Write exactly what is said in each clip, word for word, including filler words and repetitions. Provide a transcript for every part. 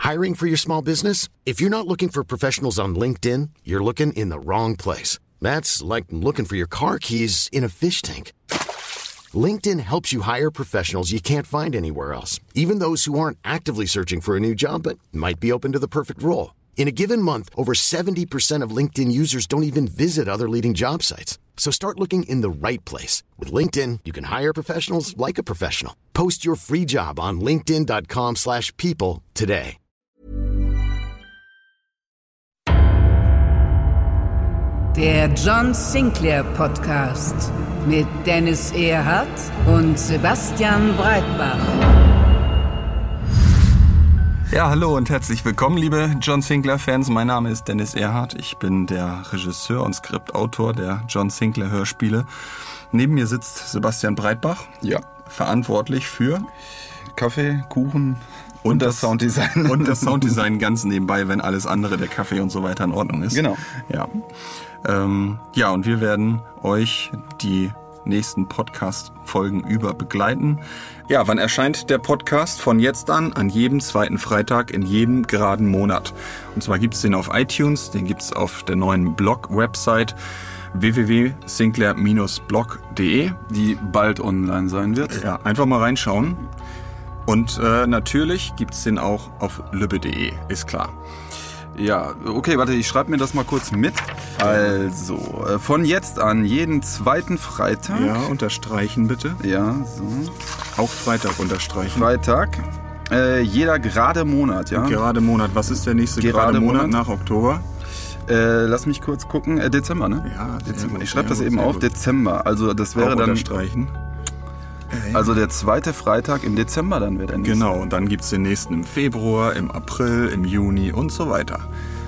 Hiring for your small business? If you're not looking for professionals on LinkedIn, you're looking in the wrong place. That's like looking for your car keys in a fish tank. LinkedIn helps you hire professionals you can't find anywhere else, even those who aren't actively searching for a new job but might be open to the perfect role. In a given month, over seventy percent of LinkedIn users don't even visit other leading job sites. So start looking in the right place. With LinkedIn, you can hire professionals like a professional. Post your free job on linkedin dot com slash people today. Der John Sinclair Podcast mit Dennis Erhardt und Sebastian Breitbach. Ja, hallo und herzlich willkommen, liebe John Sinclair-Fans. Mein Name ist Dennis Erhardt. Ich bin der Regisseur und Skriptautor der John Sinclair-Hörspiele. Neben mir sitzt Sebastian Breitbach, ja, verantwortlich für Kaffee, Kuchen und, und das Sounddesign. Und das Sounddesign ganz nebenbei, wenn alles andere, der Kaffee und so weiter in Ordnung ist. Genau. Ja, ähm, ja und wir werden euch die nächsten Podcast-Folgen über begleiten. Ja, wann erscheint der Podcast? Von jetzt an, an jedem zweiten Freitag in jedem geraden Monat. Und zwar gibt's den auf iTunes, den gibt's auf der neuen Blog-Website w w w punkt sinclair Bindestrich blog punkt de, die bald online sein wird. Ja, einfach mal reinschauen. Und äh, natürlich gibt's den auch auf lübbe punkt de, ist klar. Ja, okay, warte, ich schreibe mir das mal kurz mit. Also, äh, von jetzt an jeden zweiten Freitag. Ja, unterstreichen bitte. Ja, so. Auch Freitag unterstreichen. Freitag. Äh, jeder gerade Monat, ja. Gerade Monat. Was ist der nächste gerade, gerade Monat, Monat nach Oktober? Äh, lass mich kurz gucken. Äh, Dezember, ne? Ja, Dezember. Ich schreibe das eben auf. Gut. Dezember. Also das wäre auch dann. Unterstreichen. Also der zweite Freitag im Dezember dann wird er nächste. Genau, und dann gibt's den nächsten im Februar, im April, im Juni und so weiter.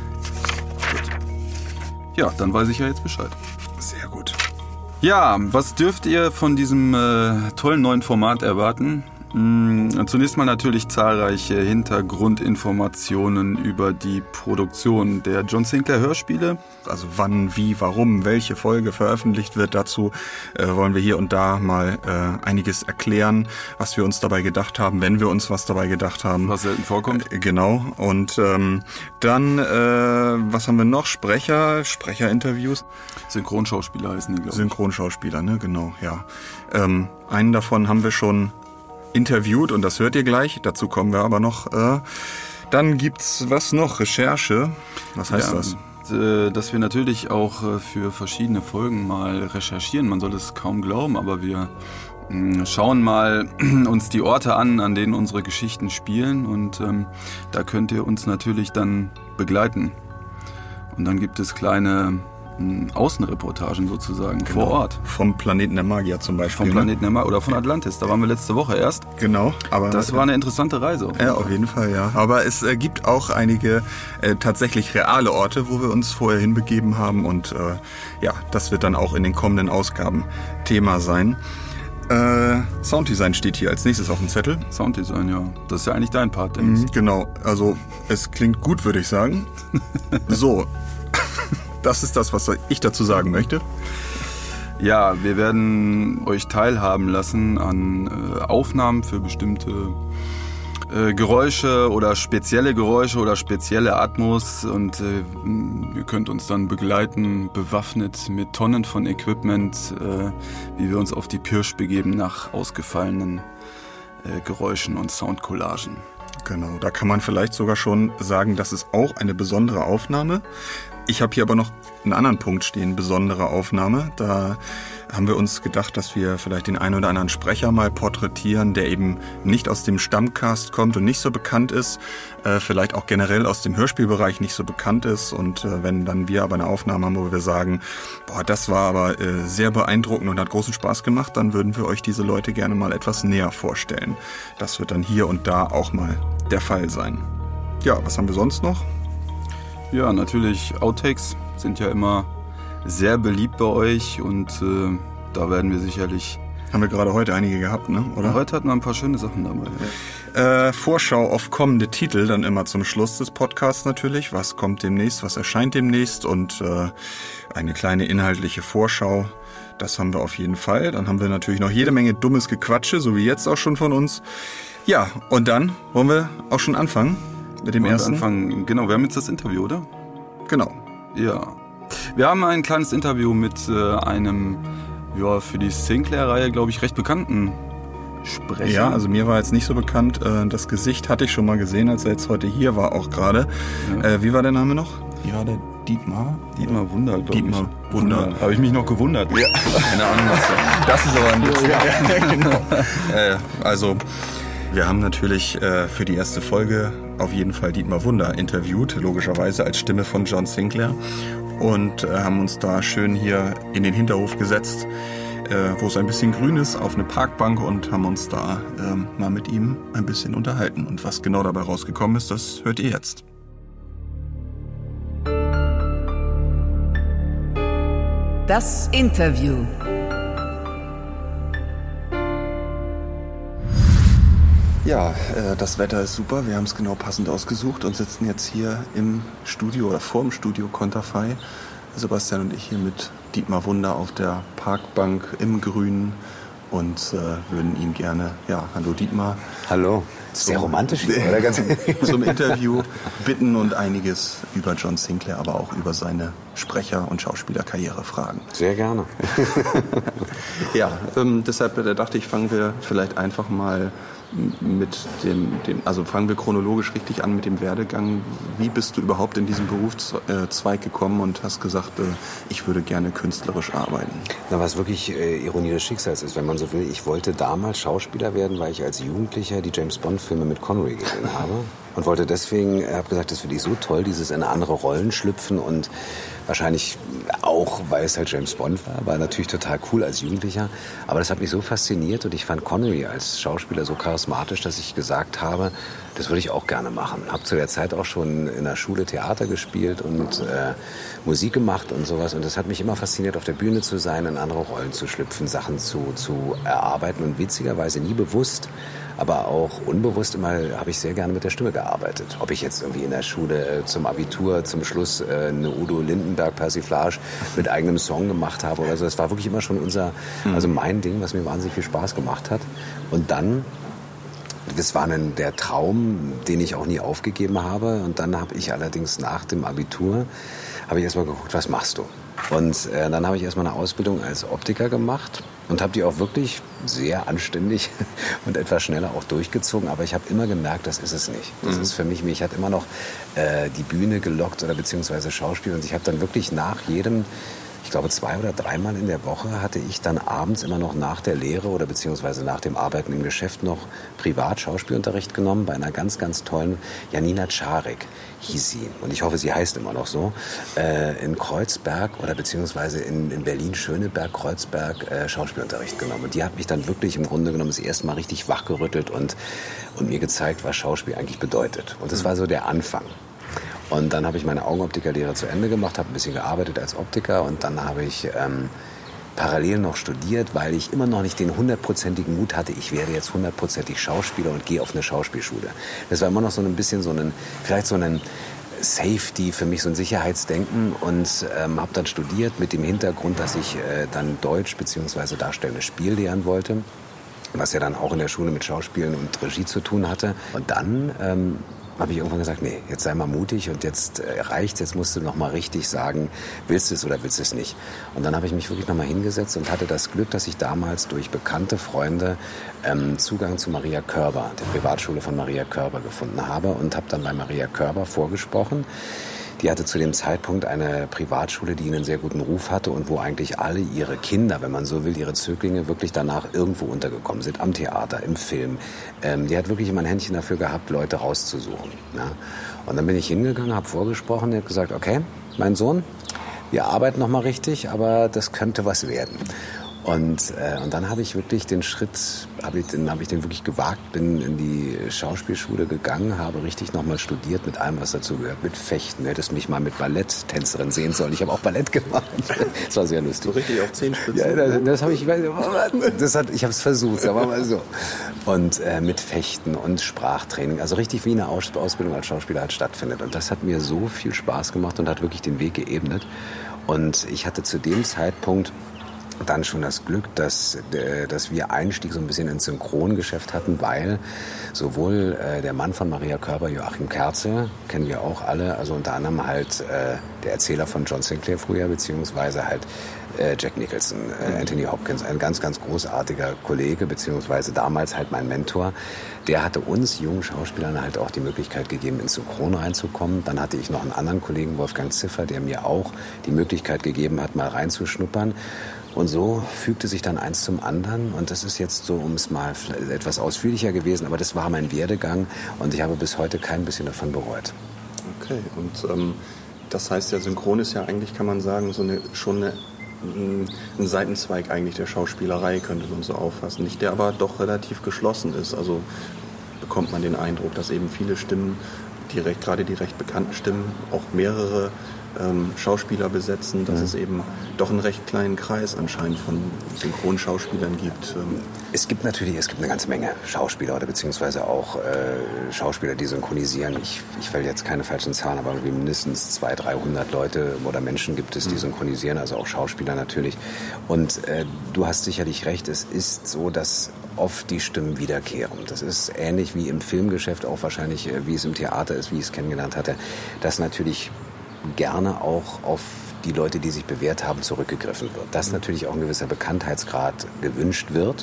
Gut. Ja, dann weiß ich ja jetzt Bescheid. Sehr gut. Ja, was dürft ihr von diesem äh, tollen neuen Format erwarten? Hm, zunächst mal natürlich zahlreiche Hintergrundinformationen über die Produktion der John Sinclair Hörspiele. Also wann, wie, warum, welche Folge veröffentlicht wird. Dazu äh, wollen wir hier und da mal äh, einiges erklären, was wir uns dabei gedacht haben, wenn wir uns was dabei gedacht haben. Was selten vorkommt. Äh, genau. Und ähm, dann, äh, was haben wir noch? Sprecher, Sprecherinterviews. Synchronschauspieler heißen die, glaube ich. Synchronschauspieler, ne? Genau, ja. Ähm, einen davon haben wir schon interviewt und das hört ihr gleich. Dazu kommen wir aber noch. Äh, dann gibt's was noch? Recherche. Was heißt ja, das? Äh, dass wir natürlich auch äh, für verschiedene Folgen mal recherchieren. Man soll es kaum glauben, aber wir mh, schauen mal uns die Orte an, an denen unsere Geschichten spielen und ähm, da könnt ihr uns natürlich dann begleiten. Und dann gibt es kleine Außenreportagen sozusagen, genau, vor Ort. Vom Planeten der Magier zum Beispiel. Vom Planeten der Magier oder von Atlantis, da waren wir letzte Woche erst. Genau. Aber das war eine interessante Reise. Auf ja, Fall. auf jeden Fall, ja. Aber es äh, gibt auch einige äh, tatsächlich reale Orte, wo wir uns vorher hinbegeben haben und äh, ja, das wird dann auch in den kommenden Ausgaben Thema sein. Äh, Sounddesign steht hier als nächstes auf dem Zettel. Sounddesign, ja. Das ist ja eigentlich dein Part, Dennis. Mhm, genau, also es klingt gut, würde ich sagen. So. Das ist das, was ich dazu sagen möchte. Ja, wir werden euch teilhaben lassen an äh, Aufnahmen für bestimmte äh, Geräusche oder spezielle Geräusche oder spezielle Atmos und äh, ihr könnt uns dann begleiten, bewaffnet mit Tonnen von Equipment, äh, wie wir uns auf die Pirsch begeben nach ausgefallenen äh, Geräuschen und Soundcollagen. Genau, da kann man vielleicht sogar schon sagen, das ist auch eine besondere Aufnahme. Ich habe hier aber noch einen anderen Punkt stehen, besondere Aufnahme. Da haben wir uns gedacht, dass wir vielleicht den einen oder anderen Sprecher mal porträtieren, der eben nicht aus dem Stammcast kommt und nicht so bekannt ist, äh, vielleicht auch generell aus dem Hörspielbereich nicht so bekannt ist. Und äh, wenn dann wir aber eine Aufnahme haben, wo wir sagen, boah, das war aber äh, sehr beeindruckend und hat großen Spaß gemacht, dann würden wir euch diese Leute gerne mal etwas näher vorstellen. Das wird dann hier und da auch mal der Fall sein. Ja, was haben wir sonst noch? Ja, natürlich Outtakes sind ja immer sehr beliebt bei euch und äh, da werden wir sicherlich... Haben wir gerade heute einige gehabt, ne? Oder? Heute hatten wir ein paar schöne Sachen dabei. Äh, Vorschau auf kommende Titel, dann immer zum Schluss des Podcasts natürlich. Was kommt demnächst, was erscheint demnächst und äh, eine kleine inhaltliche Vorschau. Das haben wir auf jeden Fall. Dann haben wir natürlich noch jede Menge dummes Gequatsche, so wie jetzt auch schon von uns. Ja, und dann wollen wir auch schon anfangen. mit dem Wollen ersten. Wir anfangen? Genau, wir haben jetzt das Interview, oder? Genau. Ja. Wir haben ein kleines Interview mit äh, einem, ja, für die Sinclair-Reihe, glaube ich, recht bekannten Sprecher. Ja, also mir war jetzt nicht so bekannt. Äh, das Gesicht hatte ich schon mal gesehen, als er jetzt heute hier war, auch gerade. Ja. Äh, wie war der Name noch? Wie war der? Dietmar? Dietmar Wunder, glaube ich. Dietmar Wunder. Habe ich mich noch gewundert. Ja. Keine Ahnung, was das ist. aber ein bisschen. Ja, genau. äh, also, wir haben natürlich äh, für die erste Folge auf jeden Fall Dietmar Wunder interviewt, logischerweise als Stimme von John Sinclair. Und äh, haben uns da schön hier in den Hinterhof gesetzt, äh, wo es ein bisschen grün ist, auf eine Parkbank und haben uns da äh, mal mit ihm ein bisschen unterhalten. Und was genau dabei rausgekommen ist, das hört ihr jetzt. Das Interview. Ja, äh, das Wetter ist super. Wir haben es genau passend ausgesucht und sitzen jetzt hier im Studio oder vor dem Studio Konterfei. Sebastian und ich hier mit Dietmar Wunder auf der Parkbank im Grünen und äh, würden ihn gerne, ja, hallo Dietmar. Hallo. Sehr romantisch hier, oder? Ganz zum Interview bitten und einiges über John Sinclair, aber auch über seine Sprecher- und Schauspielerkarriere fragen. Sehr gerne. Ja, ähm, deshalb äh, dachte ich, fangen wir vielleicht einfach mal mit dem, dem, also fangen wir chronologisch richtig an mit dem Werdegang. Wie bist du überhaupt in diesen Berufszweig gekommen und hast gesagt, äh, ich würde gerne künstlerisch arbeiten? Na, was wirklich äh, Ironie des Schicksals ist, wenn man so will. Ich wollte damals Schauspieler werden, weil ich als Jugendlicher die James-Bond-Filme mit Connery gesehen habe. Und wollte deswegen, äh, habe gesagt, das finde ich so toll, dieses in andere Rollen schlüpfen und wahrscheinlich auch, weil es halt James Bond war, war natürlich total cool als Jugendlicher. Aber das hat mich so fasziniert und ich fand Connery als Schauspieler so charismatisch, dass ich gesagt habe, das würde ich auch gerne machen. Habe zu der Zeit auch schon in der Schule Theater gespielt und äh, Musik gemacht und sowas. Und das hat mich immer fasziniert, auf der Bühne zu sein, in andere Rollen zu schlüpfen, Sachen zu, zu erarbeiten. Und witzigerweise nie bewusst, aber auch unbewusst immer habe ich sehr gerne mit der Stimme gearbeitet. Ob ich jetzt irgendwie in der Schule äh, zum Abitur zum Schluss äh, eine Udo Lindenberg-Persiflage mit eigenem Song gemacht habe oder so. Das war wirklich immer schon unser, also mein Ding, was mir wahnsinnig viel Spaß gemacht hat. Und dann, das war dann der Traum, den ich auch nie aufgegeben habe. Und dann habe ich allerdings nach dem Abitur, habe ich erstmal geguckt, was machst du? Und äh, dann habe ich erstmal eine Ausbildung als Optiker gemacht und habe die auch wirklich sehr anständig und etwas schneller auch durchgezogen. Aber ich habe immer gemerkt, das ist es nicht. Das mhm. ist für mich, mich hat immer noch äh, die Bühne gelockt oder beziehungsweise Schauspiel. Und ich habe dann wirklich nach jedem, ich glaube zwei oder dreimal in der Woche hatte ich dann abends immer noch nach der Lehre oder beziehungsweise nach dem Arbeiten im Geschäft noch privat Schauspielunterricht genommen bei einer ganz, ganz tollen Janina Czarek hieß sie. Und ich hoffe, sie heißt immer noch so. Äh, in Kreuzberg oder beziehungsweise in, in Berlin-Schöneberg, Kreuzberg äh, Schauspielunterricht genommen. Und die hat mich dann wirklich im Grunde genommen das erste Mal richtig wachgerüttelt und, und mir gezeigt, was Schauspiel eigentlich bedeutet. Und das war so der Anfang. Und dann habe ich meine Augenoptikerlehre zu Ende gemacht, habe ein bisschen gearbeitet als Optiker und dann habe ich ähm, parallel noch studiert, weil ich immer noch nicht den hundertprozentigen Mut hatte, ich werde jetzt hundertprozentig Schauspieler und gehe auf eine Schauspielschule. Das war immer noch so ein bisschen so ein, vielleicht so ein Safety, für mich so ein Sicherheitsdenken und ähm, habe dann studiert mit dem Hintergrund, dass ich äh, dann Deutsch bzw. darstellendes Spiel lernen wollte, was ja dann auch in der Schule mit Schauspielen und Regie zu tun hatte. Und dann ähm, habe ich irgendwann gesagt, nee, jetzt sei mal mutig und jetzt äh, reicht's, jetzt musst du noch mal richtig sagen, willst du es oder willst du es nicht. Und dann habe ich mich wirklich noch mal hingesetzt und hatte das Glück, dass ich damals durch bekannte Freunde ähm, Zugang zu Maria Körber, der Privatschule von Maria Körber, gefunden habe und habe dann bei Maria Körber vorgesprochen. Die hatte zu dem Zeitpunkt eine Privatschule, die einen sehr guten Ruf hatte und wo eigentlich alle ihre Kinder, wenn man so will, ihre Zöglinge wirklich danach irgendwo untergekommen sind, am Theater, im Film. Ähm, die hat wirklich immer ein Händchen dafür gehabt, Leute rauszusuchen. Ja. Und dann bin ich hingegangen, habe vorgesprochen, die hat gesagt, okay, mein Sohn, wir arbeiten noch mal richtig, aber das könnte was werden. Und, äh, und dann habe ich wirklich den Schritt, habe ich, den, hab ich den wirklich gewagt, bin in die Schauspielschule gegangen, habe richtig nochmal studiert mit allem, was dazu gehört, mit Fechten. Du hättest mich mal mit Balletttänzerin sehen sollen. Ich habe auch Ballett gemacht. Das war sehr lustig. So richtig auf Zehenspitzen? Ja, das, das habe ich, das hat, ich habe es versucht, sagen wir mal so. Und äh, mit Fechten und Sprachtraining, also richtig wie eine Aus- Ausbildung als Schauspieler halt stattfindet. Und das hat mir so viel Spaß gemacht und hat wirklich den Weg geebnet. Und ich hatte zu dem Zeitpunkt dann schon das Glück, dass, dass wir Einstieg so ein bisschen ins Synchrongeschäft hatten, weil sowohl äh, der Mann von Maria Körber, Joachim Kerzel, kennen wir auch alle, also unter anderem halt äh, der Erzähler von John Sinclair früher, beziehungsweise halt äh, Jack Nicholson, äh, Anthony Hopkins, ein ganz, ganz großartiger Kollege, beziehungsweise damals halt mein Mentor. Der hatte uns jungen Schauspielern halt auch die Möglichkeit gegeben, ins Synchron reinzukommen. Dann hatte ich noch einen anderen Kollegen, Wolfgang Ziffer, der mir auch die Möglichkeit gegeben hat, mal reinzuschnuppern. Und so fügte sich dann eins zum anderen. Und das ist jetzt so, um es mal etwas ausführlicher gewesen, aber das war mein Werdegang und ich habe bis heute kein bisschen davon bereut. Okay, und ähm, das heißt ja, Synchron ist ja eigentlich, kann man sagen, so eine, schon eine, ein Seitenzweig eigentlich der Schauspielerei, könnte man so auffassen. Nicht der aber doch relativ geschlossen ist. Also bekommt man den Eindruck, dass eben viele Stimmen, direkt, gerade die recht bekannten Stimmen, auch mehrere ähm, Schauspieler besetzen, dass mhm. es eben doch einen recht kleinen Kreis anscheinend von Synchronschauspielern gibt. Ähm. Es gibt natürlich, es gibt eine ganze Menge Schauspieler oder beziehungsweise auch äh, Schauspieler, die synchronisieren. Ich, ich will jetzt keine falschen Zahlen, aber irgendwie mindestens zweihundert, dreihundert Leute oder Menschen gibt es, die mhm. synchronisieren, also auch Schauspieler natürlich. Und äh, du hast sicherlich recht, es ist so, dass oft die Stimmen wiederkehren. Das ist ähnlich wie im Filmgeschäft, auch wahrscheinlich, wie es im Theater ist, wie ich es kennengelernt hatte, dass natürlich gerne auch auf die Leute, die sich bewährt haben, zurückgegriffen wird. Dass natürlich auch ein gewisser Bekanntheitsgrad gewünscht wird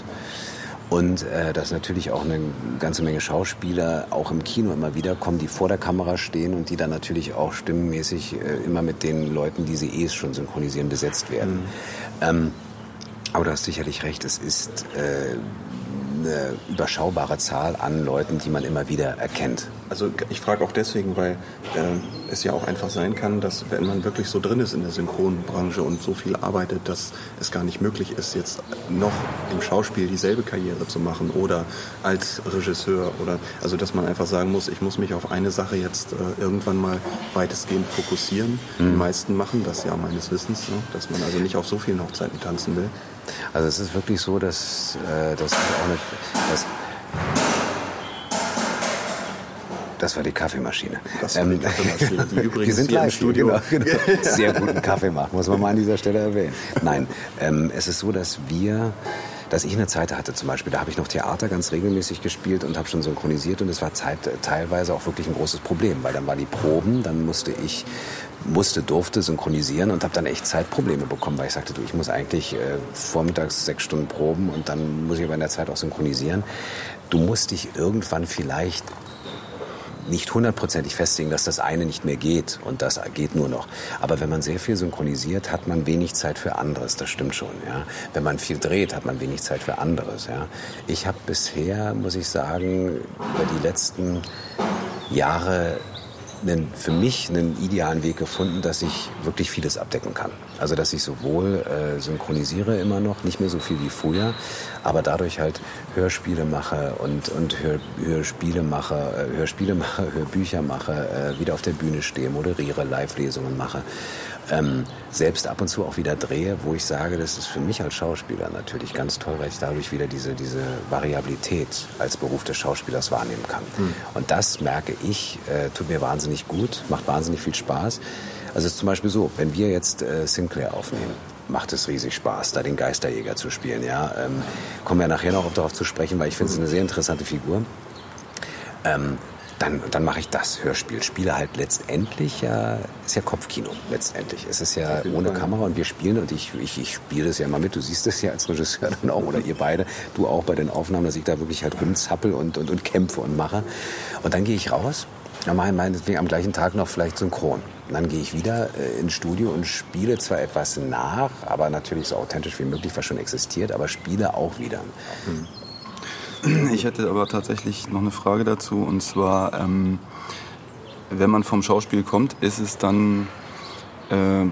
und äh, dass natürlich auch eine ganze Menge Schauspieler auch im Kino immer wieder kommen, die vor der Kamera stehen und die dann natürlich auch stimmenmäßig äh, immer mit den Leuten, die sie eh schon synchronisieren, besetzt werden. Mhm. Ähm, aber du hast sicherlich recht, es ist äh, eine überschaubare Zahl an Leuten, die man immer wieder erkennt. Also ich frage auch deswegen, weil äh, es ja auch einfach sein kann, dass wenn man wirklich so drin ist in der Synchronbranche und so viel arbeitet, dass es gar nicht möglich ist, jetzt noch im Schauspiel dieselbe Karriere zu machen oder als Regisseur oder also dass man einfach sagen muss, ich muss mich auf eine Sache jetzt äh, irgendwann mal weitestgehend fokussieren. Mhm. Die meisten machen das ja meines Wissens, ne? Dass man also nicht auf so vielen Hochzeiten tanzen will. Also es ist wirklich so, dass, äh, dass auch eine, dass Das war die Kaffeemaschine. Das war die Kaffeemaschine, die übrigens die sind hier live, im Studio genau, genau. Sehr guten Kaffee macht, muss man mal an dieser Stelle erwähnen. Nein, ähm, es ist so, dass wir, dass ich eine Zeit hatte zum Beispiel, da habe ich noch Theater ganz regelmäßig gespielt und habe schon synchronisiert und es war Zeit, teilweise auch wirklich ein großes Problem, weil dann waren die Proben, dann musste ich musste, durfte synchronisieren und habe dann echt Zeitprobleme bekommen, weil ich sagte, du, ich muss eigentlich äh, vormittags sechs Stunden proben und dann muss ich aber in der Zeit auch synchronisieren. Du musst dich irgendwann vielleicht nicht hundertprozentig festlegen, dass das eine nicht mehr geht und das geht nur noch. Aber wenn man sehr viel synchronisiert, hat man wenig Zeit für anderes, das stimmt schon. Ja. Wenn man viel dreht, hat man wenig Zeit für anderes. Ja. Ich habe bisher, muss ich sagen, über die letzten Jahre einen, für mich einen idealen Weg gefunden, dass ich wirklich vieles abdecken kann. Also dass ich sowohl äh, synchronisiere immer noch, nicht mehr so viel wie früher, aber dadurch halt Hörspiele mache und, und Hör, Hörspiele mache, äh, Hörspiele mache, Hörbücher mache, äh, wieder auf der Bühne stehe, moderiere, Live-Lesungen mache. Ähm, selbst ab und zu auch wieder drehe, wo ich sage, das ist für mich als Schauspieler natürlich ganz toll, weil ich dadurch wieder diese, diese Variabilität als Beruf des Schauspielers wahrnehmen kann. Mhm. Und das merke ich, äh, tut mir wahnsinnig gut, macht wahnsinnig viel Spaß. Also es ist zum Beispiel so, wenn wir jetzt äh, Sinclair aufnehmen, macht es riesig Spaß, da den Geisterjäger zu spielen. Ja? Ähm, kommen wir nachher noch darauf zu sprechen, weil ich finde es eine sehr interessante Figur. Ähm, Dann, dann mache ich das Hörspiel. Spiele halt letztendlich ja, ist ja Kopfkino letztendlich. Es ist ja ohne Fall. Kamera und wir spielen und ich, ich, ich spiele das ja mal mit. Du siehst es ja als Regisseur dann auch oder ihr beide, du auch bei den Aufnahmen, dass ich da wirklich halt rumzappel und, und, und kämpfe und mache. Und dann gehe ich raus, dann mache ich meinetwegen am gleichen Tag noch vielleicht synchron. Und dann gehe ich wieder äh, ins Studio und spiele zwar etwas nach, aber natürlich so authentisch wie möglich, was schon existiert, aber spiele auch wieder. Mhm. Ich hätte aber tatsächlich noch eine Frage dazu, und zwar, ähm, wenn man vom Schauspiel kommt, ist es dann äh,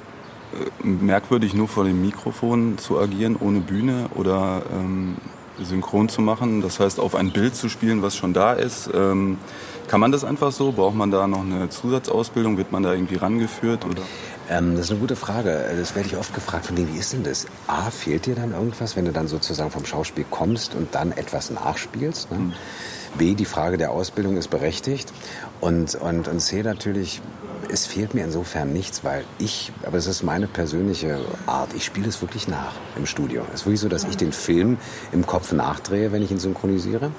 merkwürdig, nur vor dem Mikrofon zu agieren, ohne Bühne oder ähm, synchron zu machen, das heißt auf ein Bild zu spielen, was schon da ist. Ähm, kann man das einfach so? Braucht man da noch eine Zusatzausbildung? Wird man da irgendwie rangeführt? Oder? Ähm, das ist eine gute Frage. Das werde ich oft gefragt, von dem, wie ist denn das? A, fehlt dir dann irgendwas, wenn du dann sozusagen vom Schauspiel kommst und dann etwas nachspielst? Ne? Mhm. B, die Frage der Ausbildung ist berechtigt. Und, und, und C, natürlich, es fehlt mir insofern nichts, weil ich, aber es ist meine persönliche Art, ich spiele es wirklich nach im Studio. Es ist wirklich so, dass ich den Film im Kopf nachdrehe, wenn ich ihn synchronisiere.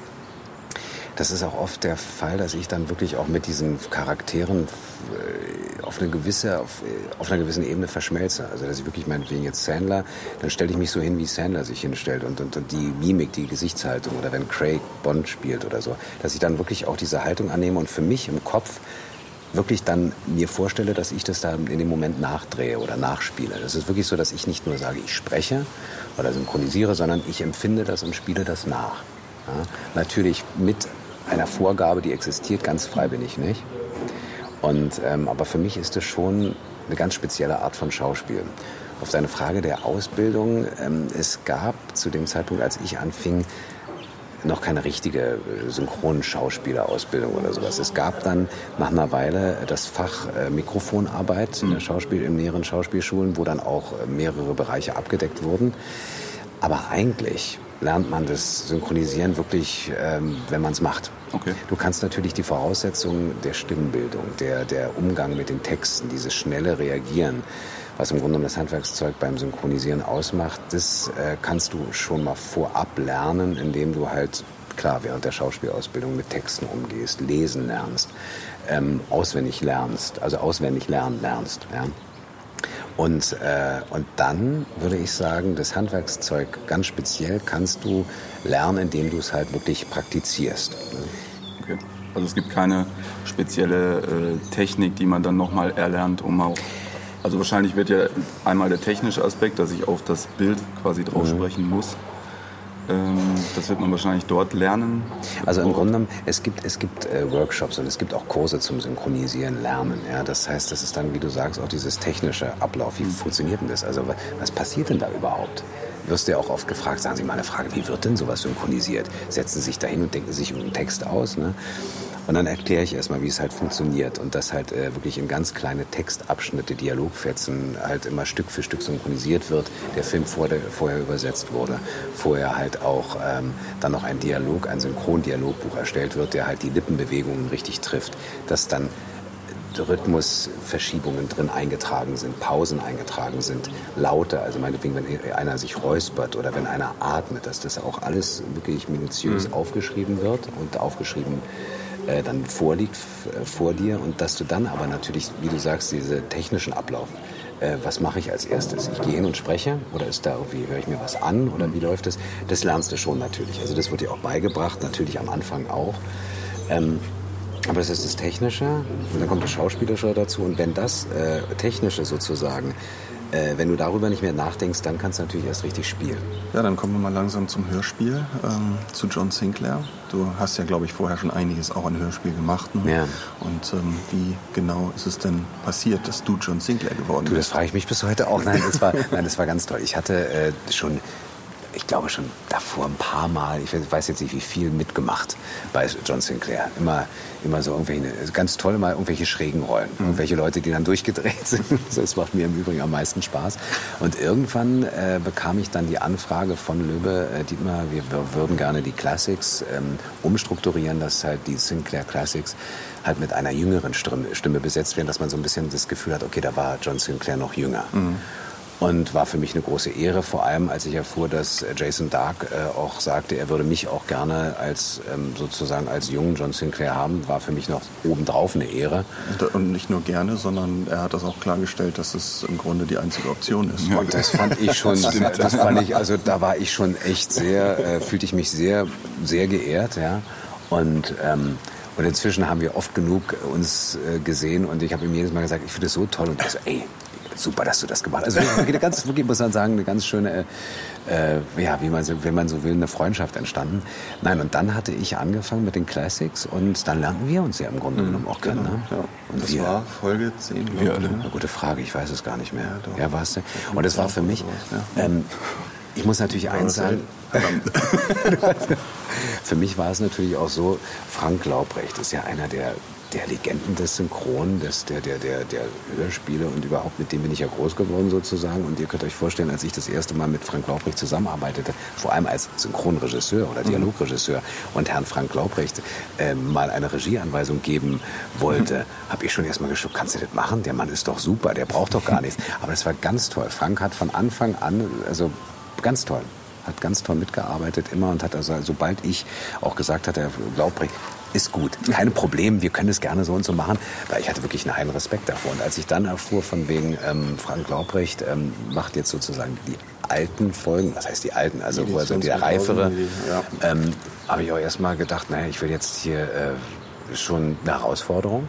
Das ist auch oft der Fall, dass ich dann wirklich auch mit diesen Charakteren auf eine gewisse, auf, auf einer gewissen Ebene verschmelze. Also dass ich wirklich meinetwegen jetzt Sandler, dann stelle ich mich so hin, wie Sandler sich hinstellt und, und, und die Mimik, die Gesichtshaltung oder wenn Craig Bond spielt oder so, dass ich dann wirklich auch diese Haltung annehme und für mich im Kopf wirklich dann mir vorstelle, dass ich das da in dem Moment nachdrehe oder nachspiele. Das ist wirklich so, dass ich nicht nur sage, ich spreche oder synchronisiere, sondern ich empfinde das und spiele das nach. Ja? Natürlich mit einer Vorgabe, die existiert, ganz frei bin ich nicht. Und, ähm, aber für mich ist es schon eine ganz spezielle Art von Schauspiel. Auf deine Frage der Ausbildung, ähm, es gab zu dem Zeitpunkt, als ich anfing, noch keine richtige Synchronschauspielerausbildung oder sowas. Es gab dann nach einer Weile das Fach äh, Mikrofonarbeit in der Schauspiel, in mehreren Schauspielschulen, wo dann auch äh, mehrere Bereiche abgedeckt wurden. Aber eigentlich lernt man das Synchronisieren wirklich, ähm, wenn man es macht. Okay. Du kannst natürlich die Voraussetzungen der Stimmbildung, der, der Umgang mit den Texten, dieses schnelle Reagieren, was im Grunde genommen das Handwerkszeug beim Synchronisieren ausmacht, das äh, kannst du schon mal vorab lernen, indem du halt, klar, während der Schauspielausbildung mit Texten umgehst, lesen lernst, ähm, auswendig lernst, also auswendig lernen lernst, ja. Und, äh, und dann würde ich sagen, das Handwerkszeug ganz speziell kannst du lernen, indem du es halt wirklich praktizierst. Okay. Also es gibt keine spezielle äh, Technik, die man dann nochmal erlernt, um auch... Also wahrscheinlich wird ja einmal der technische Aspekt, dass ich auf das Bild quasi drauf sprechen muss. Ähm, das wird man wahrscheinlich dort lernen. Also im Grunde genommen, es gibt, es gibt äh, Workshops und es gibt auch Kurse zum Synchronisieren, Lernen. Ja? Das heißt, das ist dann, wie du sagst, auch dieses technische Ablauf. Wie mhm. funktioniert denn das? Also was passiert denn da überhaupt? Wirst du ja auch oft gefragt, sagen Sie mal eine Frage, wie wird denn sowas synchronisiert? Setzen Sie sich da hin und denken sich einen Text aus, ne? Und dann erkläre ich erstmal, wie es halt funktioniert und dass halt äh, wirklich in ganz kleine Textabschnitte, Dialogfetzen halt immer Stück für Stück synchronisiert wird. Der Film vor der, vorher übersetzt wurde, vorher halt auch ähm, dann noch ein Dialog, ein Synchrondialogbuch erstellt wird, der halt die Lippenbewegungen richtig trifft, dass dann Rhythmusverschiebungen drin eingetragen sind, Pausen eingetragen sind, Laute, also meinetwegen, wenn einer sich räuspert oder wenn einer atmet, dass das auch alles wirklich minutiös mhm. aufgeschrieben wird und aufgeschrieben äh, dann vorliegt äh, vor dir und dass du dann aber natürlich, wie du sagst, diese technischen Ablauf, äh, was mache ich als erstes? Ich gehe hin und spreche oder ist da irgendwie, höre ich mir was an oder wie läuft das? Das lernst du schon natürlich, also das wird dir auch beigebracht, natürlich am Anfang auch. Ähm, Aber das ist das Technische und dann kommt das Schauspielerische dazu. Und wenn das äh, Technische sozusagen, äh, wenn du darüber nicht mehr nachdenkst, dann kannst du natürlich erst richtig spielen. Ja, dann kommen wir mal langsam zum Hörspiel, ähm, zu John Sinclair. Du hast ja, glaube ich, vorher schon einiges auch an Hörspiel gemacht. Ne? Ja. Und ähm, wie genau ist es denn passiert, dass du John Sinclair geworden bist? Du, das frage ich mich bis heute auch. Nein, das war, nein, das war ganz toll. Ich hatte äh, schon... Ich glaube schon davor ein paar Mal, ich weiß jetzt nicht wie viel, mitgemacht bei John Sinclair. Immer, immer so irgendwelche, ganz toll mal irgendwelche schrägen Rollen. Mhm. Irgendwelche Leute, die dann durchgedreht sind. Das macht mir im Übrigen am meisten Spaß. Und irgendwann äh, bekam ich dann die Anfrage von Löbe, äh, Dietmar, wir, wir würden gerne die Classics ähm, umstrukturieren, dass halt die Sinclair Classics halt mit einer jüngeren Stimme, Stimme besetzt werden, dass man so ein bisschen das Gefühl hat, okay, da war John Sinclair noch jünger. Mhm. Und war für mich eine große Ehre, vor allem als ich erfuhr, dass Jason Dark äh, auch sagte, er würde mich auch gerne als ähm, sozusagen als jungen John Sinclair haben, war für mich noch obendrauf eine Ehre. Und nicht nur gerne, sondern er hat das auch klargestellt, dass es im Grunde die einzige Option ist. Und das fand ich schon, das fand ich, also da war ich schon echt sehr, äh, fühlte ich mich sehr, sehr geehrt, ja. Und ähm, und inzwischen haben wir oft genug uns äh, gesehen und ich habe ihm jedes Mal gesagt, ich finde es so toll und er so, ey, super, dass du das gemacht hast. Also wirklich, ganz, wirklich muss man sagen, eine ganz schöne, äh, ja, wie man so, wenn man so will, eine Freundschaft entstanden. Nein, und dann hatte ich angefangen mit den Classics und dann lernten wir uns ja im Grunde genommen auch kennen. Genau, ne? ja. Und das wir, war Folge zehn. Wir alle. Eine gute Frage, ich weiß es gar nicht mehr. Ja, doch. Ja, war's denn? Und das war für mich, ja. ähm, ich muss natürlich ja, eins sagen, für mich war es natürlich auch so, Frank Laubrecht ist ja einer der der Legenden des Synchron, des, der, der, der, der Hörspiele und überhaupt, mit dem bin ich ja groß geworden sozusagen. Und ihr könnt euch vorstellen, als ich das erste Mal mit Frank Laubrecht zusammenarbeitete, vor allem als Synchronregisseur oder Dialogregisseur und Herrn Frank Laubrecht äh, mal eine Regieanweisung geben wollte, mhm. habe ich schon erstmal geschaut, kannst du das machen? Der Mann ist doch super, der braucht doch gar nichts. Aber es war ganz toll. Frank hat von Anfang an, also ganz toll, hat ganz toll mitgearbeitet immer und hat also, sobald ich auch gesagt hatte, Herr Laubrecht, ist gut, kein Problem, wir können es gerne so und so machen, weil ich hatte wirklich einen heilen Respekt davor. Und als ich dann erfuhr von wegen ähm, Frank Laubrecht ähm, macht jetzt sozusagen die alten Folgen, was heißt die alten, also die, also der reifere, ja. ähm, habe ich auch erstmal gedacht, naja, ich will jetzt hier äh, schon eine Herausforderung.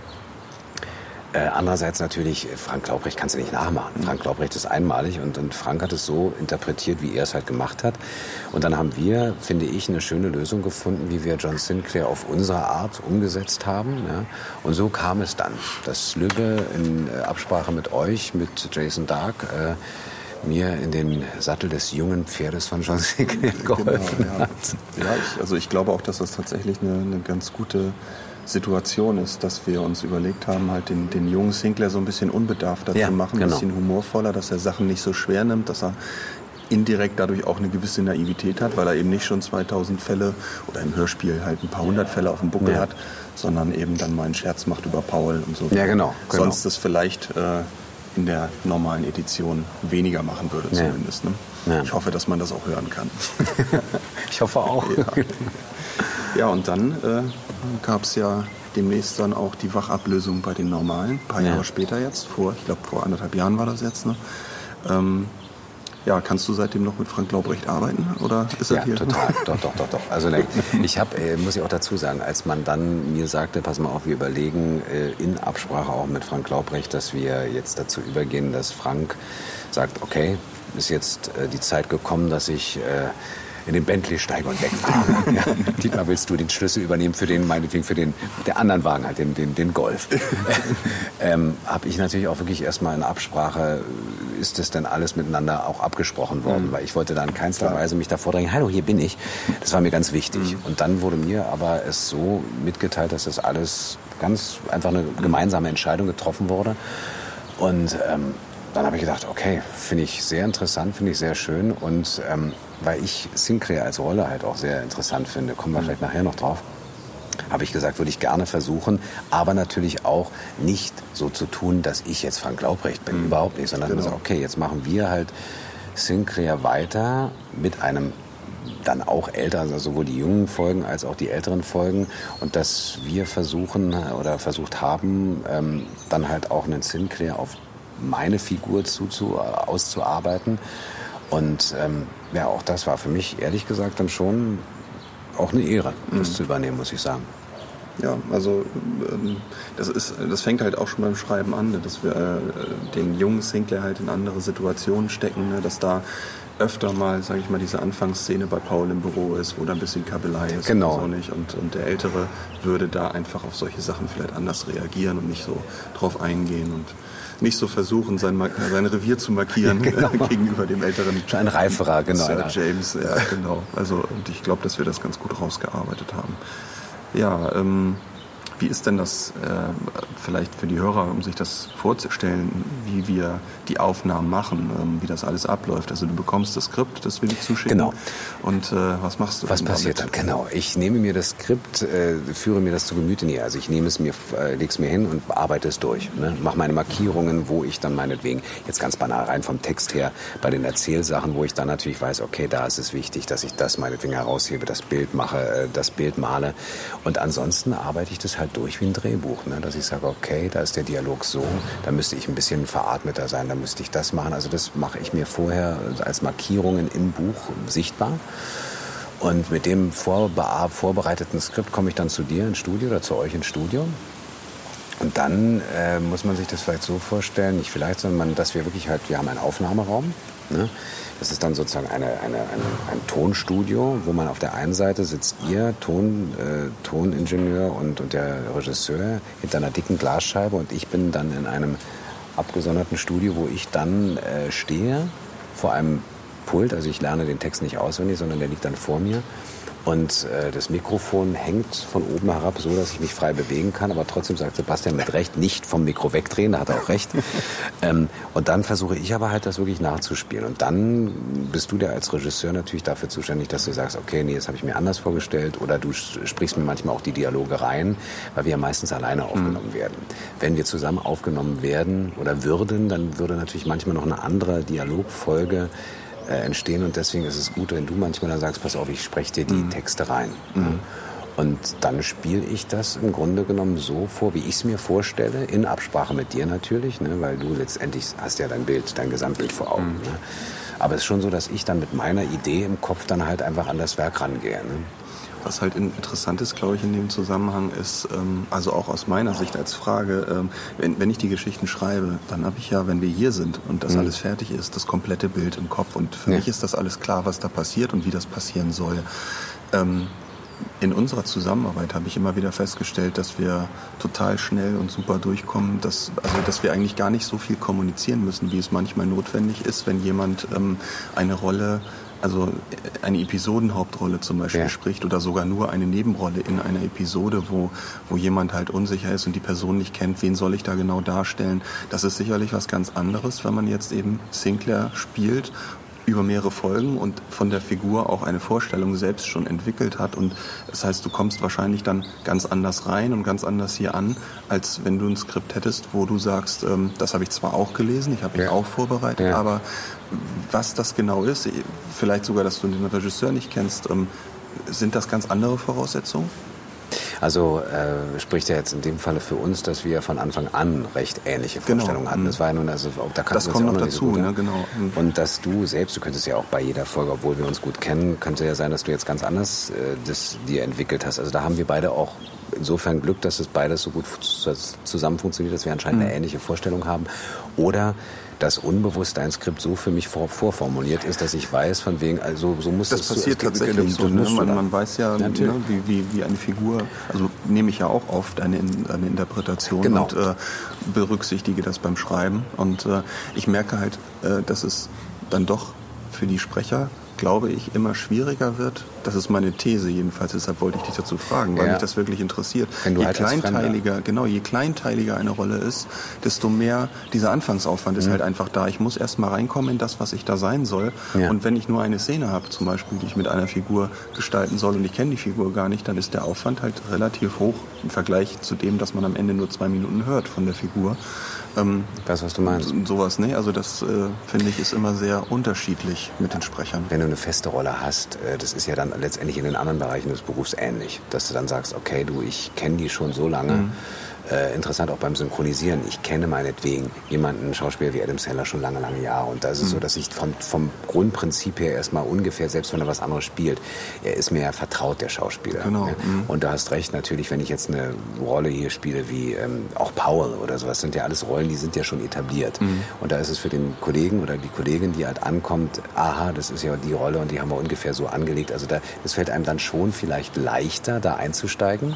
Äh, andererseits natürlich, Frank Laubrecht kannst du nicht nachmachen. Mhm. Frank Laubrecht ist einmalig und, und Frank hat es so interpretiert, wie er es halt gemacht hat. Und dann haben wir, finde ich, eine schöne Lösung gefunden, wie wir John Sinclair auf unsere Art umgesetzt haben. Ja. Und so kam es dann, dass Lübbe in äh, Absprache mit euch, mit Jason Dark, äh, mir in den Sattel des jungen Pferdes von John Sinclair geholfen genau, ja. hat. Ja, ich, also ich glaube auch, dass das tatsächlich eine, eine ganz gute Situation ist, dass wir uns überlegt haben, halt den, den jungen Sinclair so ein bisschen unbedarfter ja, zu machen, genau. ein bisschen humorvoller, dass er Sachen nicht so schwer nimmt, dass er indirekt dadurch auch eine gewisse Naivität hat, weil er eben nicht schon zweitausend Fälle oder im Hörspiel halt ein paar hundert Fälle auf dem Buckel ja. hat, sondern eben dann mal einen Scherz macht über Paul und so. Ja, genau. genau. Sonst das vielleicht äh, in der normalen Edition weniger machen würde ja. zumindest. Ne? Ja. Ich hoffe, dass man das auch hören kann. Ich hoffe auch. Ja, ja und dann äh, gab es ja demnächst dann auch die Wachablösung bei den Normalen, ein paar ja. Jahre später jetzt, vor, ich glaube vor anderthalb Jahren war das jetzt. Ne? Ähm, ja, kannst du seitdem noch mit Frank Laubrecht arbeiten? Oder ist das ja, hier? Total, doch, doch, doch, doch. Also ich habe, äh, muss ich auch dazu sagen, als man dann mir sagte, pass mal auf, wir überlegen äh, in Absprache auch mit Frank Laubrecht, dass wir jetzt dazu übergehen, dass Frank sagt, okay, ist jetzt äh, die Zeit gekommen, dass ich äh, in den Bentley steige und wegfahre. Ja. Dietmar, willst du den Schlüssel übernehmen für den, meinetwegen für den, der anderen Wagen, halt den, den, den Golf? ähm, habe ich natürlich auch wirklich erstmal in Absprache, ist das denn alles miteinander auch abgesprochen worden? Mhm. Weil ich wollte da in keinster Weise mich davor drängen, hallo, hier bin ich. Das war mir ganz wichtig. Mhm. Und dann wurde mir aber es so mitgeteilt, dass das alles ganz einfach eine gemeinsame Entscheidung getroffen wurde. Und ähm, dann habe ich gedacht, okay, finde ich sehr interessant, finde ich sehr schön. Und ähm, weil ich Sinclair als Rolle halt auch sehr interessant finde, kommen wir vielleicht nachher noch drauf, habe ich gesagt, würde ich gerne versuchen, aber natürlich auch nicht so zu tun, dass ich jetzt Frank Laubrecht bin, mhm. überhaupt nicht, sondern genau. sagen, okay, jetzt machen wir halt Sinclair weiter mit einem dann auch älter, also sowohl die jungen Folgen als auch die älteren Folgen und dass wir versuchen oder versucht haben, ähm, dann halt auch einen Sinclair auf meine Figur zu, zu, auszuarbeiten. Und ähm, ja, auch das war für mich, ehrlich gesagt, dann schon auch eine Ehre, das mhm. zu übernehmen, muss ich sagen. Ja, also ähm, das ist, das fängt halt auch schon beim Schreiben an, ne, dass wir äh, den jungen Sinclair halt in andere Situationen stecken, ne, dass da öfter mal, sage ich mal, diese Anfangsszene bei Paul im Büro ist, wo da ein bisschen Kabelei ist genau. und so nicht. Und, und der Ältere würde da einfach auf solche Sachen vielleicht anders reagieren und nicht so drauf eingehen und nicht so versuchen, sein, sein Revier zu markieren genau. gegenüber dem älteren schon ein reiferer, genau. Sir James, ja, genau. Also, und ich glaube, dass wir das ganz gut rausgearbeitet haben. Ja, ähm, wie ist denn das äh, vielleicht für die Hörer, um sich das vorzustellen, wie wir die Aufnahmen machen, ähm, wie das alles abläuft? Also du bekommst das Skript, das wir dir zuschicken. Genau. Und äh, was machst du Was passiert damit? Dann? Genau. Ich nehme mir das Skript, äh, führe mir das zu Gemüte näher. Also ich nehme es mir, äh, lege es mir hin und arbeite es durch. Ne? Mache meine Markierungen, wo ich dann meinetwegen, jetzt ganz banal rein vom Text her, bei den Erzählsachen, wo ich dann natürlich weiß, okay, da ist es wichtig, dass ich das meinetwegen heraushebe, das Bild mache, äh, das Bild male. Und ansonsten arbeite ich das halt durch wie ein Drehbuch, ne? Dass ich sage, okay, da ist der Dialog so, da müsste ich ein bisschen veratmeter sein, da müsste ich das machen. Also das mache ich mir vorher als Markierungen im Buch sichtbar. Und mit dem vorbe- vorbereiteten Skript komme ich dann zu dir ins Studio oder zu euch ins Studio. Und dann äh, muss man sich das vielleicht so vorstellen, nicht vielleicht, sondern man, dass wir wirklich halt, wir haben einen Aufnahmeraum. Ne? Das ist dann sozusagen eine, eine, eine, ein Tonstudio, wo man auf der einen Seite sitzt ihr, Ton, äh, Toningenieur und, und der Regisseur hinter einer dicken Glasscheibe und ich bin dann in einem abgesonderten Studio, wo ich dann äh, stehe vor einem Pult, also ich lerne den Text nicht auswendig, sondern der liegt dann vor mir Und äh, das Mikrofon hängt von oben herab, so dass ich mich frei bewegen kann. Aber trotzdem sagt Sebastian mit Recht, nicht vom Mikro wegdrehen, da hat er auch recht. ähm, und dann versuche ich aber halt, das wirklich nachzuspielen. Und dann bist du der als Regisseur natürlich dafür zuständig, dass du sagst, okay, nee, das habe ich mir anders vorgestellt. Oder du sprichst mir manchmal auch die Dialoge rein, weil wir ja meistens alleine aufgenommen mhm. werden. Wenn wir zusammen aufgenommen werden oder würden, dann würde natürlich manchmal noch eine andere Dialogfolge Äh, entstehen und deswegen ist es gut, wenn du manchmal dann sagst, pass auf, ich spreche dir die mhm. Texte rein. Mhm. Und dann spiele ich das im Grunde genommen so vor, wie ich es mir vorstelle, in Absprache mit dir natürlich, ne, weil du letztendlich hast ja dein Bild, dein Gesamtbild vor Augen. Mhm. Ne. Aber es ist schon so, dass ich dann mit meiner Idee im Kopf dann halt einfach an das Werk rangehe. Ne. Was halt interessant ist, glaube ich, in dem Zusammenhang ist, ähm, also auch aus meiner Sicht als Frage, ähm, wenn, wenn ich die Geschichten schreibe, dann habe ich ja, wenn wir hier sind und das mhm. alles fertig ist, das komplette Bild im Kopf. Und für ja. mich ist das alles klar, was da passiert und wie das passieren soll. Ähm, in unserer Zusammenarbeit habe ich immer wieder festgestellt, dass wir total schnell und super durchkommen, dass, also, dass wir eigentlich gar nicht so viel kommunizieren müssen, wie es manchmal notwendig ist, wenn jemand ähm, eine Rolle, also eine Episodenhauptrolle zum Beispiel ja. spricht oder sogar nur eine Nebenrolle in einer Episode, wo, wo jemand halt unsicher ist und die Person nicht kennt, wen soll ich da genau darstellen. Das ist sicherlich was ganz anderes, wenn man jetzt eben Sinclair spielt über mehrere Folgen und von der Figur auch eine Vorstellung selbst schon entwickelt hat. Und das heißt, du kommst wahrscheinlich dann ganz anders rein und ganz anders hier an, als wenn du ein Skript hättest, wo du sagst, ähm, das habe ich zwar auch gelesen, ich habe mich ja. auch vorbereitet, ja. aber was das genau ist, vielleicht sogar, dass du den Regisseur nicht kennst, ähm, sind das ganz andere Voraussetzungen? Also äh, spricht ja jetzt in dem Falle für uns, dass wir von Anfang an recht ähnliche Vorstellungen genau. hatten. Das war ja nun, also da das kommt noch dazu, so ne? Genau. Und dass du selbst, du könntest ja auch bei jeder Folge, obwohl wir uns gut kennen, könnte ja sein, dass du jetzt ganz anders äh, das dir entwickelt hast. Also da haben wir beide auch insofern Glück, dass es beides so gut zusammen funktioniert, dass wir anscheinend mhm. eine ähnliche Vorstellung haben. Oder dass unbewusst dein Skript so für mich vor, vorformuliert ist, dass ich weiß, von wegen, also so muss das es passiert so, tatsächlich so. Ne? Man, man weiß ja, ne, wie, wie, wie eine Figur, also nehme ich ja auch oft eine, eine Interpretation genau. und äh, berücksichtige das beim Schreiben. Und äh, ich merke halt, äh, dass es dann doch für die Sprecher, glaube ich, immer schwieriger wird. Das ist meine These jedenfalls, deshalb wollte ich dich dazu fragen, weil ja. mich das wirklich interessiert. Je halt kleinteiliger, genau, je kleinteiliger eine Rolle ist, desto mehr dieser Anfangsaufwand ist mhm. halt einfach da. Ich muss erst mal reinkommen in das, was ich da sein soll. Ja. Und wenn ich nur eine Szene habe, zum Beispiel, die ich mit einer Figur gestalten soll und ich kenne die Figur gar nicht, dann ist der Aufwand halt relativ hoch im Vergleich zu dem, dass man am Ende nur zwei Minuten hört von der Figur. Ähm, das, was du meinst. So, sowas, ne? Also das, äh, finde ich, ist immer sehr unterschiedlich mit den Sprechern. Wenn du eine feste Rolle hast, äh, das ist ja dann letztendlich in den anderen Bereichen des Berufs ähnlich, dass du dann sagst, okay, du, ich kenne die schon so lange. Mhm. Äh, interessant auch beim Synchronisieren. Ich kenne meinetwegen jemanden, einen Schauspieler wie Adam Sandler schon lange, lange Jahre. Und da ist es mhm. so, dass ich vom, vom Grundprinzip her erstmal ungefähr, selbst wenn er was anderes spielt, er ist mir ja vertraut, der Schauspieler. Genau. Ne? Mhm. Und du hast recht, natürlich, wenn ich jetzt eine Rolle hier spiele wie ähm, auch Powell oder sowas, sind ja alles Rollen, die sind ja schon etabliert. Mhm. Und da ist es für den Kollegen oder die Kollegin, die halt ankommt, aha, das ist ja die Rolle und die haben wir ungefähr so angelegt. Also da, das fällt einem dann schon vielleicht leichter, da einzusteigen.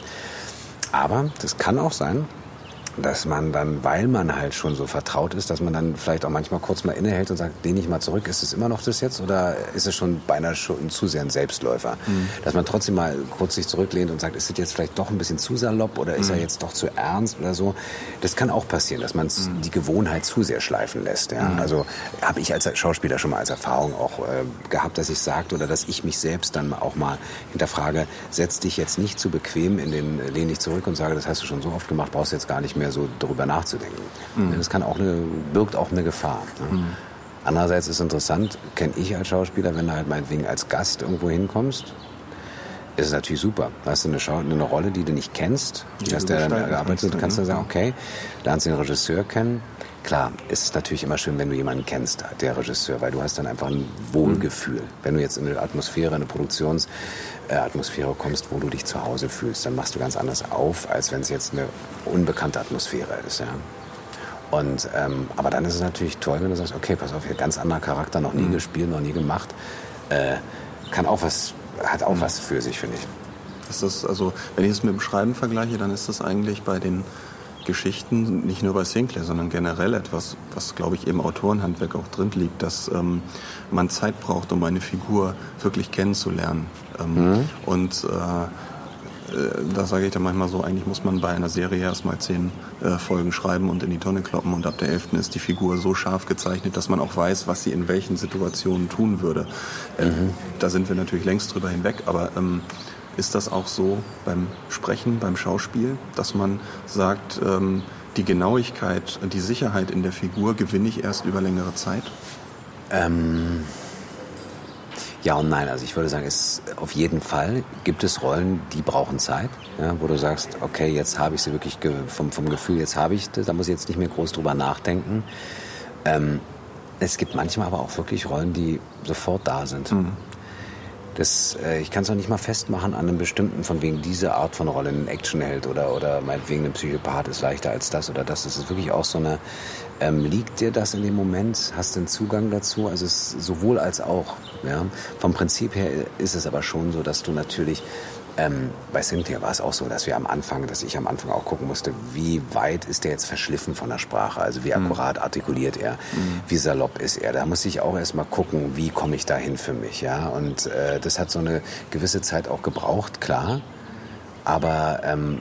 Aber das kann auch sein, dass man dann, weil man halt schon so vertraut ist, dass man dann vielleicht auch manchmal kurz mal innehält und sagt, lehne ich mal zurück, ist es immer noch das jetzt oder ist es schon beinahe schon zu sehr ein Selbstläufer? Mhm. Dass man trotzdem mal kurz sich zurücklehnt und sagt, ist das jetzt vielleicht doch ein bisschen zu salopp oder ist mhm. er jetzt doch zu ernst oder so? Das kann auch passieren, dass man mhm. die Gewohnheit zu sehr schleifen lässt. Ja? Mhm. Also habe ich als Schauspieler schon mal als Erfahrung auch äh, gehabt, dass ich sagte oder dass ich mich selbst dann auch mal hinterfrage, setz dich jetzt nicht zu bequem in den, lehn dich zurück und sage, das hast du schon so oft gemacht, brauchst du jetzt gar nicht mehr so darüber nachzudenken. Mhm. Das kann auch eine, birgt auch eine Gefahr. Ne? Mhm. Andererseits ist interessant, kenne ich als Schauspieler, wenn du halt meinetwegen als Gast irgendwo hinkommst, ist es natürlich super. Da hast du eine, Schau- eine Rolle, die du nicht kennst, die hast du dann gearbeitet, du kannst dann sagen, okay, lernst den Regisseur kennen. Klar, ist es natürlich immer schön, wenn du jemanden kennst, der Regisseur, weil du hast dann einfach ein Wohlgefühl. Mhm. Wenn du jetzt in eine Atmosphäre, eine Produktionsatmosphäre kommst, wo du dich zu Hause fühlst, dann machst du ganz anders auf, als wenn es jetzt eine unbekannte Atmosphäre ist. Ja. Und, ähm, aber dann ist es natürlich toll, wenn du sagst, okay, pass auf, hier ganz anderer Charakter, noch nie mhm. gespielt, noch nie gemacht, äh, kann auch was, hat auch mhm. was für sich, finde ich. Ist das, also, wenn ich es mit dem Schreiben vergleiche, dann ist das eigentlich bei den Geschichten, nicht nur bei Sinclair, sondern generell etwas, was, glaube ich, im Autorenhandwerk auch drin liegt, dass ähm, man Zeit braucht, um eine Figur wirklich kennenzulernen. Ähm, mhm. Und äh, da sage ich dann manchmal so, eigentlich muss man bei einer Serie erstmal zehn äh, Folgen schreiben und in die Tonne kloppen und ab der elften ist die Figur so scharf gezeichnet, dass man auch weiß, was sie in welchen Situationen tun würde. Äh, mhm. Da sind wir natürlich längst drüber hinweg, aber ähm, ist das auch so beim Sprechen, beim Schauspiel, dass man sagt, ähm, die Genauigkeit und die Sicherheit in der Figur gewinne ich erst über längere Zeit? Ähm, ja und nein. Also ich würde sagen, es, auf jeden Fall gibt es Rollen, die brauchen Zeit, ja, wo du sagst, okay, jetzt habe ich sie wirklich ge- vom, vom Gefühl, jetzt habe ich das, da muss ich jetzt nicht mehr groß drüber nachdenken. Ähm, es gibt manchmal aber auch wirklich Rollen, die sofort da sind. Mhm. Das, äh, ich kann es auch nicht mal festmachen an einem bestimmten, von wegen diese Art von Rolle, ein Actionheld oder, oder meinetwegen ein Psychopath ist leichter als das oder das. Das ist wirklich auch so eine, ähm, liegt dir das in dem Moment? Hast du einen Zugang dazu? Also es ist sowohl als auch. Ja. Vom Prinzip her ist es aber schon so, dass du natürlich, ähm, bei Sinclair war es auch so, dass wir am Anfang, dass ich am Anfang auch gucken musste, wie weit ist der jetzt verschliffen von der Sprache? Also wie akkurat artikuliert er? Mhm. Wie salopp ist er? Da musste ich auch erst mal gucken, wie komme ich dahin für mich? Ja? Und äh, das hat so eine gewisse Zeit auch gebraucht, klar. Aber ähm,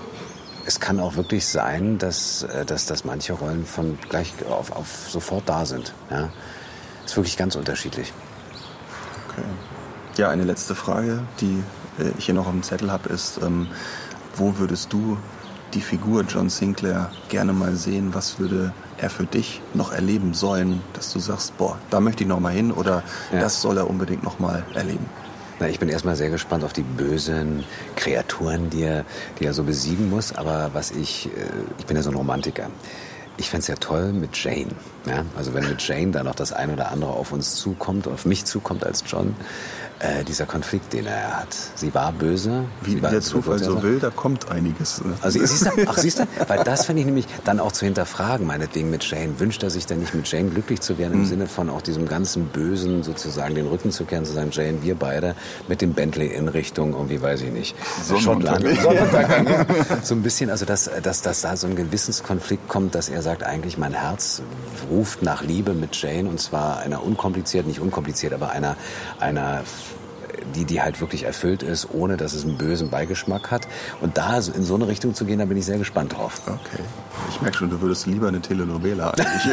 es kann auch wirklich sein, dass, äh, dass, dass manche Rollen von gleich auf, auf sofort da sind. Ja? Ist wirklich ganz unterschiedlich. Okay. Ja, eine letzte Frage, die ich hier noch auf dem Zettel habe, ist, ähm, wo würdest du die Figur John Sinclair gerne mal sehen? Was würde er für dich noch erleben sollen, dass du sagst, boah, da möchte ich noch mal hin oder ja. das soll er unbedingt noch mal erleben? Na, ich bin erstmal sehr gespannt auf die bösen Kreaturen, die er, die er so besiegen muss. Aber was ich, ich bin ja so ein Romantiker. Ich fände es ja toll mit Jane. Ja? Also wenn mit Jane da noch das ein oder andere auf uns zukommt, auf mich zukommt als John, äh, dieser Konflikt, den er hat. Sie war böse. Wie war, der Zufall so will, da kommt einiges. Ne? Also siehst du, ach siehst du, weil das finde ich nämlich dann auch zu hinterfragen, meinetwegen mit Jane. Wünscht er sich denn nicht mit Jane glücklich zu werden, im mhm. Sinne von auch diesem ganzen Bösen sozusagen den Rücken zu kehren, zu sagen, Jane, wir beide mit dem Bentley in Richtung, irgendwie weiß ich nicht, Schottland. Sonnenuntergang. So ein bisschen, also dass, dass, dass da so ein Gewissenskonflikt kommt, dass er sagt, eigentlich mein Herz ruft nach Liebe mit Jane und zwar einer unkompliziert, nicht unkompliziert, aber einer, einer die, die halt wirklich erfüllt ist, ohne dass es einen bösen Beigeschmack hat. Und da in so eine Richtung zu gehen, da bin ich sehr gespannt drauf. Okay. Ich merke schon, du würdest lieber eine Telenovela eigentlich.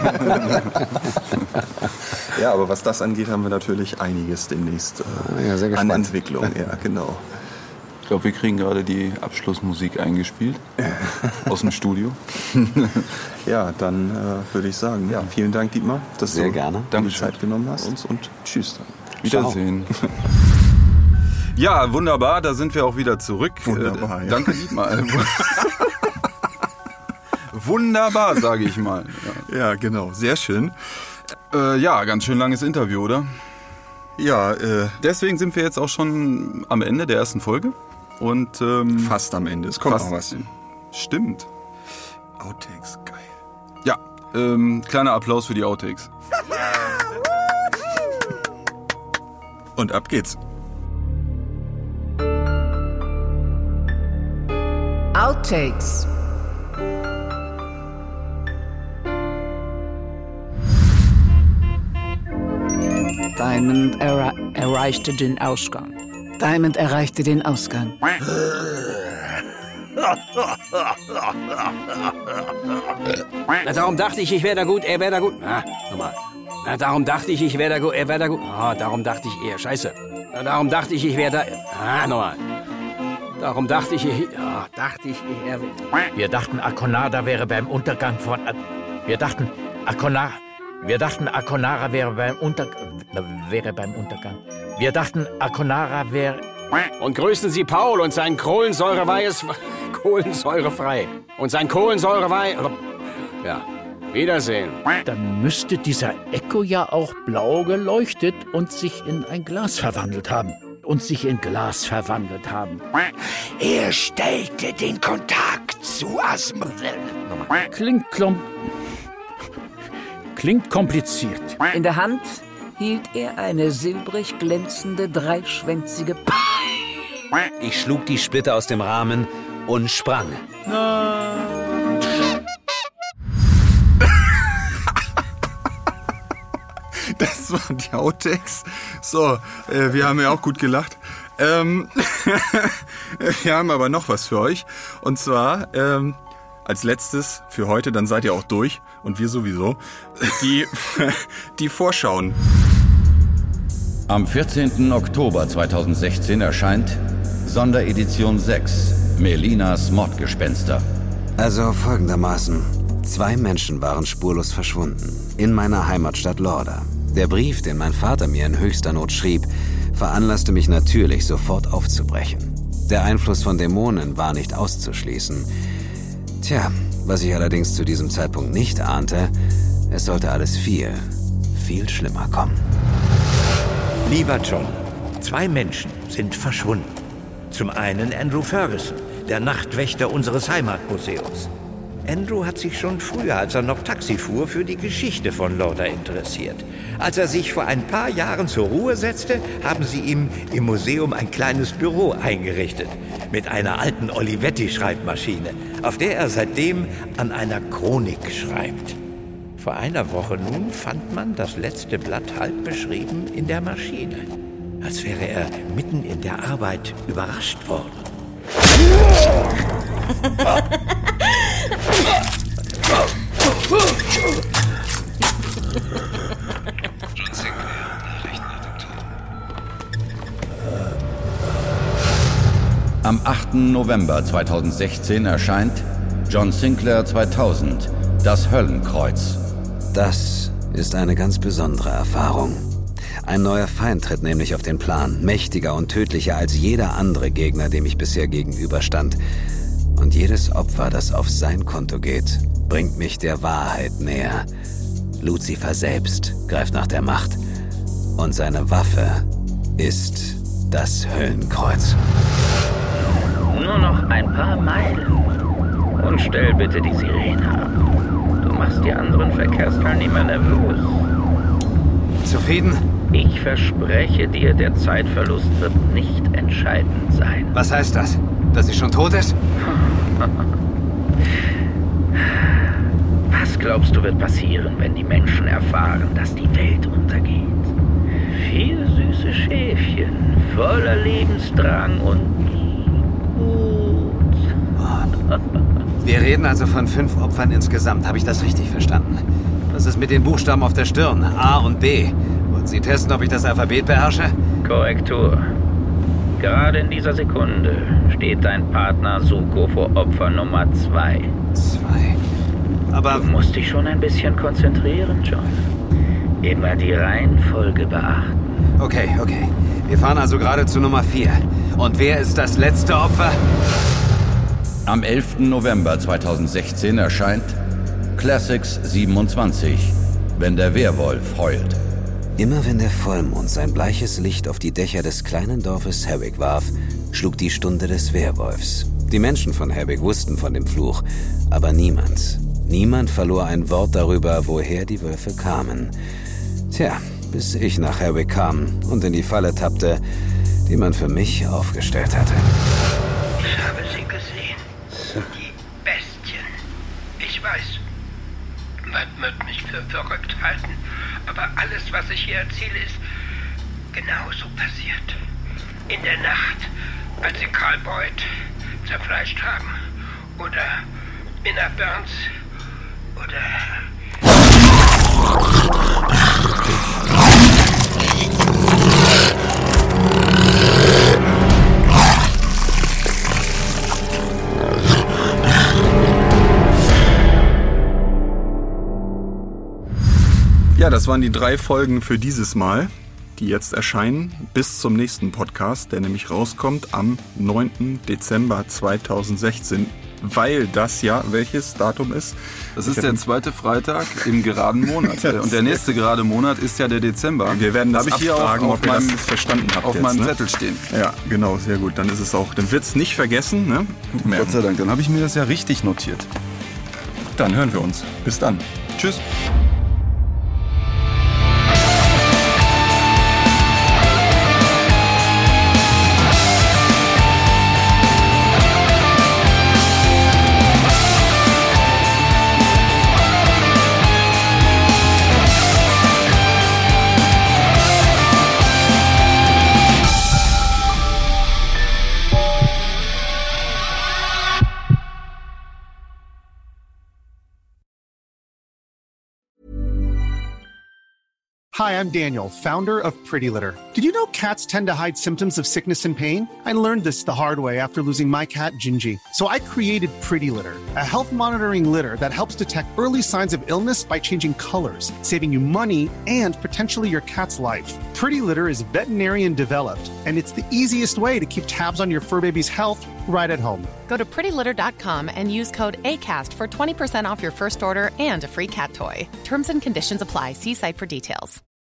Ja, aber was das angeht, haben wir natürlich einiges demnächst äh, ja, sehr an Entwicklung. Ja, genau. Ich glaube, wir kriegen gerade die Abschlussmusik eingespielt aus dem Studio. Ja, dann äh, würde ich sagen, ja, vielen Dank, Dietmar, dass Sehr du gerne. die Zeit genommen hast. Und, und tschüss. Wiedersehen. Ja, wunderbar, da sind wir auch wieder zurück. Wunderbar, äh, ja. Danke, Dietmar. Wunderbar, sage ich mal. Ja. Ja, genau, sehr schön. Äh, ja, ganz schön langes Interview, oder? Ja, äh, deswegen sind wir jetzt auch schon am Ende der ersten Folge. Und ähm, fast am Ende. Es kommt fast, noch was. Stimmt. Outtakes, geil. Ja, ähm, kleiner Applaus für die Outtakes. Und ab geht's. Outtakes. Diamond erre- erreichte den Ausgang. Diamond erreichte den Ausgang. Na, darum dachte ich, ich wäre da gut, er wäre da gut. Na, nochmal. Na, darum dachte ich, ich wäre da gut, er wäre da gut. Ah, darum dachte ich eher, scheiße. Na, darum dachte ich, ich wäre da... Ah, nochmal. Darum dachte ich, ich... Ah, dachte ich, ich... Er... Wir dachten, Akonada wäre beim Untergang von... Wir dachten, Akonada... Wir dachten, Akonara wäre beim Unter... wäre beim Untergang. Wir dachten, Akonara wäre... Und grüßen Sie Paul und sein kohlensäureweihes... kohlensäurefrei. Und sein kohlensäurewei... Ja, Wiedersehen. Dann müsste dieser Echo ja auch blau geleuchtet und sich in ein Glas verwandelt haben. Und sich in Glas verwandelt haben. Er stellte den Kontakt zu Asmodel. Klingt klom... Klingt kompliziert. In der Hand hielt er eine silbrig glänzende, dreischwänzige... Ich schlug die Splitter aus dem Rahmen und sprang. Nein. Das waren die Outtakes. So, äh, wir haben ja auch gut gelacht. Ähm, wir haben aber noch was für euch. Und zwar, ähm, als letztes für heute, dann seid ihr auch durch. Und wir sowieso. Die, die Vorschauen. Am vierzehnten Oktober zweitausendsechzehn erscheint Sonderedition sechs, Melinas Mordgespenster. Also folgendermaßen. Zwei Menschen waren spurlos verschwunden. In meiner Heimatstadt Lorda. Der Brief, den mein Vater mir in höchster Not schrieb, veranlasste mich natürlich, sofort aufzubrechen. Der Einfluss von Dämonen war nicht auszuschließen. Tja, was ich allerdings zu diesem Zeitpunkt nicht ahnte, es sollte alles viel, viel schlimmer kommen. Lieber John, zwei Menschen sind verschwunden. Zum einen Andrew Ferguson, der Nachtwächter unseres Heimatmuseums. Andrew hat sich schon früher, als er noch Taxi fuhr, für die Geschichte von Lorda interessiert. Als er sich vor ein paar Jahren zur Ruhe setzte, haben sie ihm im Museum ein kleines Büro eingerichtet. Mit einer alten Olivetti-Schreibmaschine, auf der er seitdem an einer Chronik schreibt. Vor einer Woche nun fand man das letzte Blatt halb beschrieben in der Maschine. Als wäre er mitten in der Arbeit überrascht worden. Am achten November zweitausendsechzehn erscheint John Sinclair zweitausend, das Höllenkreuz. Das ist eine ganz besondere Erfahrung. Ein neuer Feind tritt nämlich auf den Plan, mächtiger und tödlicher als jeder andere Gegner, dem ich bisher gegenüberstand. Und jedes Opfer, das auf sein Konto geht, bringt mich der Wahrheit näher. Lucifer selbst greift nach der Macht. Und seine Waffe ist das Höllenkreuz. Nur noch ein paar Meilen. Und stell bitte die Sirene ab. Du machst die anderen Verkehrsteilnehmer nervös. Zufrieden? Ich verspreche dir, der Zeitverlust wird nicht entscheidend sein. Was heißt das? Dass sie schon tot ist? Was glaubst du, wird passieren, wenn die Menschen erfahren, dass die Welt untergeht? Vier süße Schäfchen, voller Lebensdrang und Mut. Wir reden also von fünf Opfern insgesamt. Habe ich das richtig verstanden? Was ist mit den Buchstaben auf der Stirn? A und B. Wollen Sie testen, ob ich das Alphabet beherrsche? Korrektur. Gerade in dieser Sekunde steht dein Partner Zuko vor Opfer Nummer zwei. Zwei? Aber... Du musst dich schon ein bisschen konzentrieren, John. Immer die Reihenfolge beachten. Okay, okay. Wir fahren also gerade zu Nummer vier. Und wer ist das letzte Opfer? Am elften November zweitausendsechzehn erscheint Classics siebenundzwanzig, wenn der Werwolf heult. Immer wenn der Vollmond sein bleiches Licht auf die Dächer des kleinen Dorfes Herrick warf, schlug die Stunde des Werwolfs. Die Menschen von Herrick wussten von dem Fluch, aber niemand, niemand verlor ein Wort darüber, woher die Wölfe kamen. Tja, bis ich nach Herrick kam und in die Falle tappte, die man für mich aufgestellt hatte. Ich habe sie gesehen. Die Bestien. Ich weiß, man wird mich für verrückt halten, aber alles, was ich hier erzähle, ist genauso passiert. In der Nacht, als sie Carl Boyd zerfleischt haben. Oder Minna Burns. Oder... Ja, das waren die drei Folgen für dieses Mal, die jetzt erscheinen, bis zum nächsten Podcast, der nämlich rauskommt am neunten Dezember zweitausendsechzehn, weil das ja welches Datum ist? Das ist der zweite Freitag im geraden Monat. Und der nächste gerade Monat ist ja der Dezember. Wir werden das Hab ich hier abfragen, auf, ob ihr meinem, das verstanden habt. auf jetzt, meinem ne? Zettel stehen. Ja, genau, sehr gut. Dann ist es auch, dann wird es nicht vergessen. Ne? Gott sei Dank, dann habe ich mir das ja richtig notiert. Dann hören wir uns. Bis dann. Tschüss. Hi, I'm Daniel, founder of Pretty Litter. Did you know cats tend to hide symptoms of sickness and pain? I learned this the hard way after losing my cat, Gingy. So I created Pretty Litter, a health monitoring litter that helps detect early signs of illness by changing colors, saving you money and potentially your cat's life. Pretty Litter is veterinarian developed, and it's the easiest way to keep tabs on your fur baby's health right at home. Go to pretty litter dot com and use code ACAST for twenty percent off your first order and a free cat toy. Terms and conditions apply. See site for details.